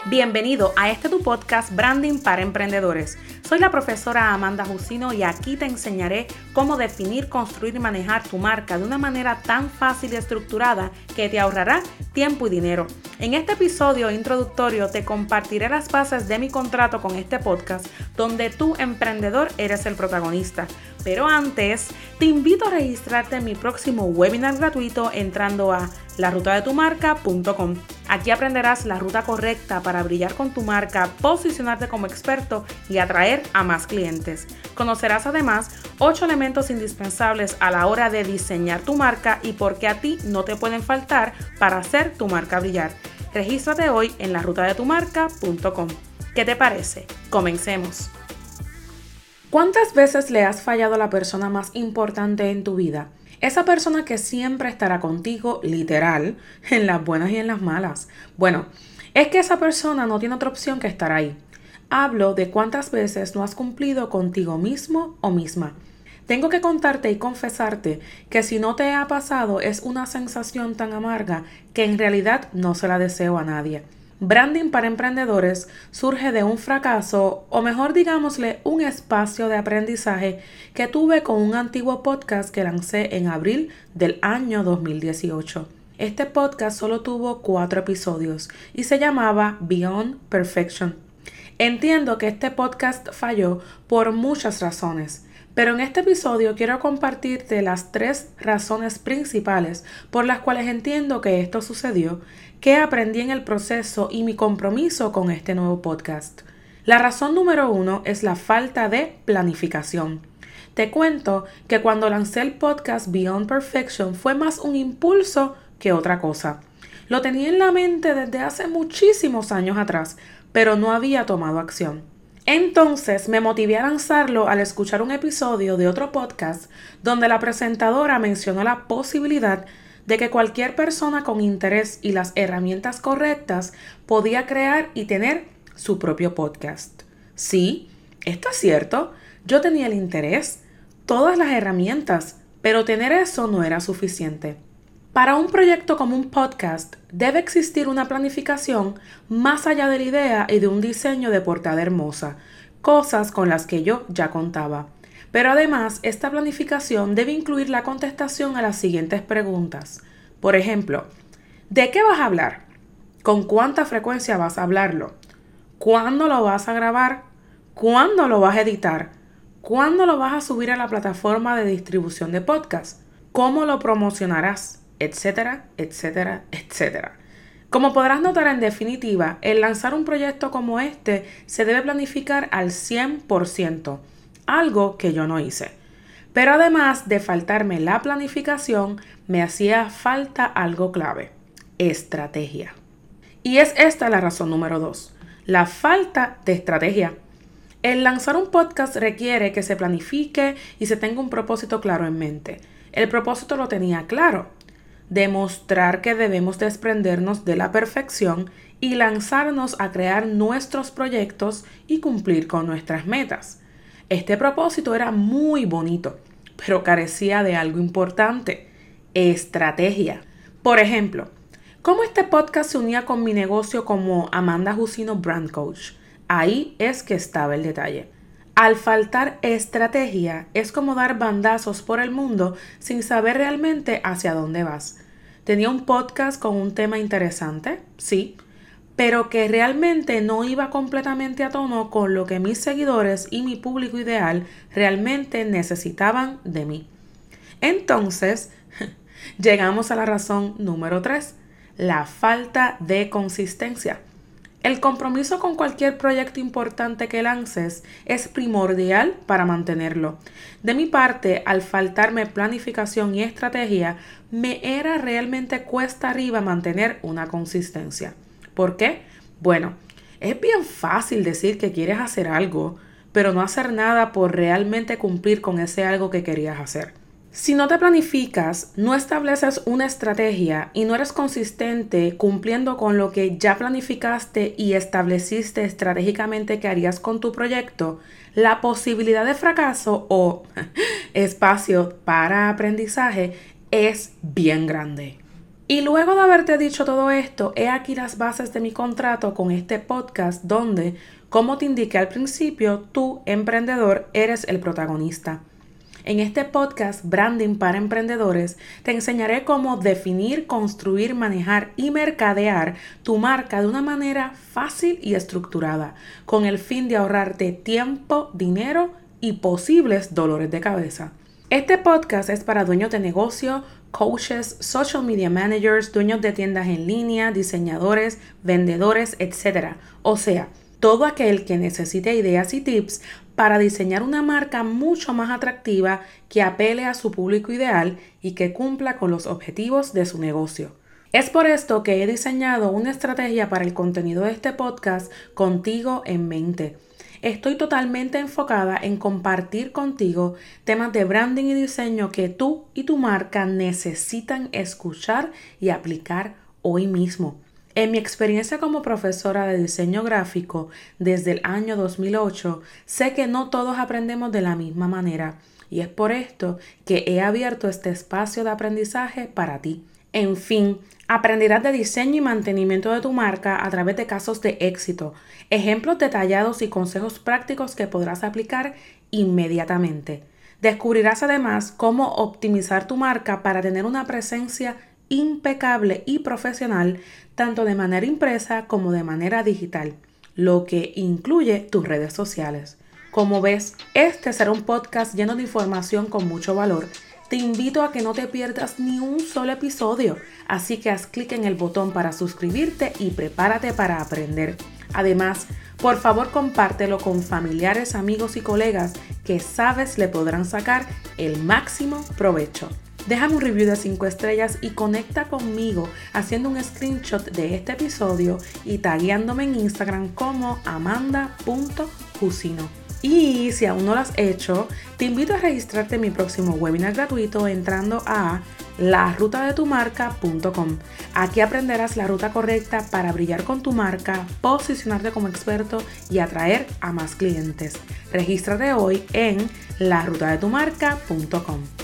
Bienvenido a tu podcast Branding para Emprendedores. Soy la profesora Amanda Jusino y aquí te enseñaré cómo definir, construir y manejar tu marca de una manera tan fácil y estructurada que te ahorrará tiempo y dinero. En este episodio introductorio te compartiré las bases de mi contrato con este podcast, donde tú, emprendedor, eres el protagonista. Pero antes, te invito a registrarte en mi próximo webinar gratuito entrando a larutadetumarca.com. Aquí aprenderás la ruta correcta para brillar con tu marca, posicionarte como experto y atraer a más clientes. Conocerás además 8 elementos indispensables a la hora de diseñar tu marca y por qué a ti no te pueden faltar para hacer tu marca brillar. Regístrate hoy en larutadetumarca.com. ¿Qué te parece? Comencemos. ¿Cuántas veces le has fallado a la persona más importante en tu vida? Esa persona que siempre estará contigo, literal, en las buenas y en las malas. Bueno, es que esa persona no tiene otra opción que estar ahí. Hablo de cuántas veces no has cumplido contigo mismo o misma. Tengo que contarte y confesarte que si no te ha pasado es una sensación tan amarga que en realidad no se la deseo a nadie. Branding para emprendedores surge de un fracaso, o mejor digámosle, un espacio de aprendizaje que tuve con un antiguo podcast que lancé en abril del año 2018. Este podcast solo tuvo 4 episodios y se llamaba Beyond Perfection. Entiendo que este podcast falló por muchas razones, pero en este episodio quiero compartirte las 3 razones principales por las cuales entiendo que esto sucedió, qué aprendí en el proceso y mi compromiso con este nuevo podcast. La razón número 1 es la falta de planificación. Te cuento que cuando lancé el podcast Beyond Perfection fue más un impulso que otra cosa. Lo tenía en la mente desde hace muchísimos años atrás, pero no había tomado acción. Entonces me motivé a lanzarlo al escuchar un episodio de otro podcast donde la presentadora mencionó la posibilidad de que cualquier persona con interés y las herramientas correctas podía crear y tener su propio podcast. Sí, esto es cierto, yo tenía el interés, todas las herramientas, pero tener eso no era suficiente. Para un proyecto como un podcast, debe existir una planificación más allá de la idea y de un diseño de portada hermosa, cosas con las que yo ya contaba. Pero además, esta planificación debe incluir la contestación a las siguientes preguntas. Por ejemplo, ¿de qué vas a hablar? ¿Con cuánta frecuencia vas a hablarlo? ¿Cuándo lo vas a grabar? ¿Cuándo lo vas a editar? ¿Cuándo lo vas a subir a la plataforma de distribución de podcast? ¿Cómo lo promocionarás? Etcétera, etcétera, etcétera. Como podrás notar, en definitiva, el lanzar un proyecto como este se debe planificar al 100%, algo que yo no hice. Pero además de faltarme la planificación, me hacía falta algo clave: estrategia. Y es esta la razón número 2, la falta de estrategia. El lanzar un podcast requiere que se planifique y se tenga un propósito claro en mente. El propósito lo tenía claro: demostrar que debemos desprendernos de la perfección y lanzarnos a crear nuestros proyectos y cumplir con nuestras metas. Este propósito era muy bonito, pero carecía de algo importante: estrategia. Por ejemplo, ¿cómo este podcast se unía con mi negocio como Amanda Jusino Brand Coach? Ahí es que estaba el detalle. Al faltar estrategia, es como dar bandazos por el mundo sin saber realmente hacia dónde vas. Tenía un podcast con un tema interesante, sí, pero que realmente no iba completamente a tono con lo que mis seguidores y mi público ideal realmente necesitaban de mí. Entonces, llegamos a la razón número 3, la falta de consistencia. El compromiso con cualquier proyecto importante que lances es primordial para mantenerlo. De mi parte, al faltarme planificación y estrategia, me era realmente cuesta arriba mantener una consistencia. ¿Por qué? Bueno, es bien fácil decir que quieres hacer algo, pero no hacer nada por realmente cumplir con ese algo que querías hacer. Si no te planificas, no estableces una estrategia y no eres consistente cumpliendo con lo que ya planificaste y estableciste estratégicamente que harías con tu proyecto, la posibilidad de fracaso o espacio para aprendizaje es bien grande. Y luego de haberte dicho todo esto, he aquí las bases de mi contrato con este podcast donde, como te indiqué al principio, tú, emprendedor, eres el protagonista. En este podcast Branding para Emprendedores te enseñaré cómo definir, construir, manejar y mercadear tu marca de una manera fácil y estructurada, con el fin de ahorrarte tiempo, dinero y posibles dolores de cabeza. Este podcast es para dueños de negocio, coaches, social media managers, dueños de tiendas en línea, diseñadores, vendedores, etc. O sea, todo aquel que necesite ideas y tips para diseñar una marca mucho más atractiva que apele a su público ideal y que cumpla con los objetivos de su negocio. Es por esto que he diseñado una estrategia para el contenido de este podcast contigo en mente. Estoy totalmente enfocada en compartir contigo temas de branding y diseño que tú y tu marca necesitan escuchar y aplicar hoy mismo. En mi experiencia como profesora de diseño gráfico desde el año 2008, sé que no todos aprendemos de la misma manera y es por esto que he abierto este espacio de aprendizaje para ti. En fin, aprenderás de diseño y mantenimiento de tu marca a través de casos de éxito, ejemplos detallados y consejos prácticos que podrás aplicar inmediatamente. Descubrirás además cómo optimizar tu marca para tener una presencia impecable y profesional tanto de manera impresa como de manera digital, lo que incluye tus redes sociales. Como ves, este será un podcast lleno de información con mucho valor. Te invito a que no te pierdas ni un solo episodio, así que haz clic en el botón para suscribirte y prepárate para aprender. Además, por favor compártelo con familiares, amigos y colegas que sabes le podrán sacar el máximo provecho. Déjame un review de 5 estrellas y conecta conmigo haciendo un screenshot de este episodio y tagueándome en Instagram como amanda.jusino. Y si aún no lo has hecho, te invito a registrarte en mi próximo webinar gratuito entrando a larutadetumarca.com. Aquí aprenderás la ruta correcta para brillar con tu marca, posicionarte como experto y atraer a más clientes. Regístrate hoy en larutadetumarca.com.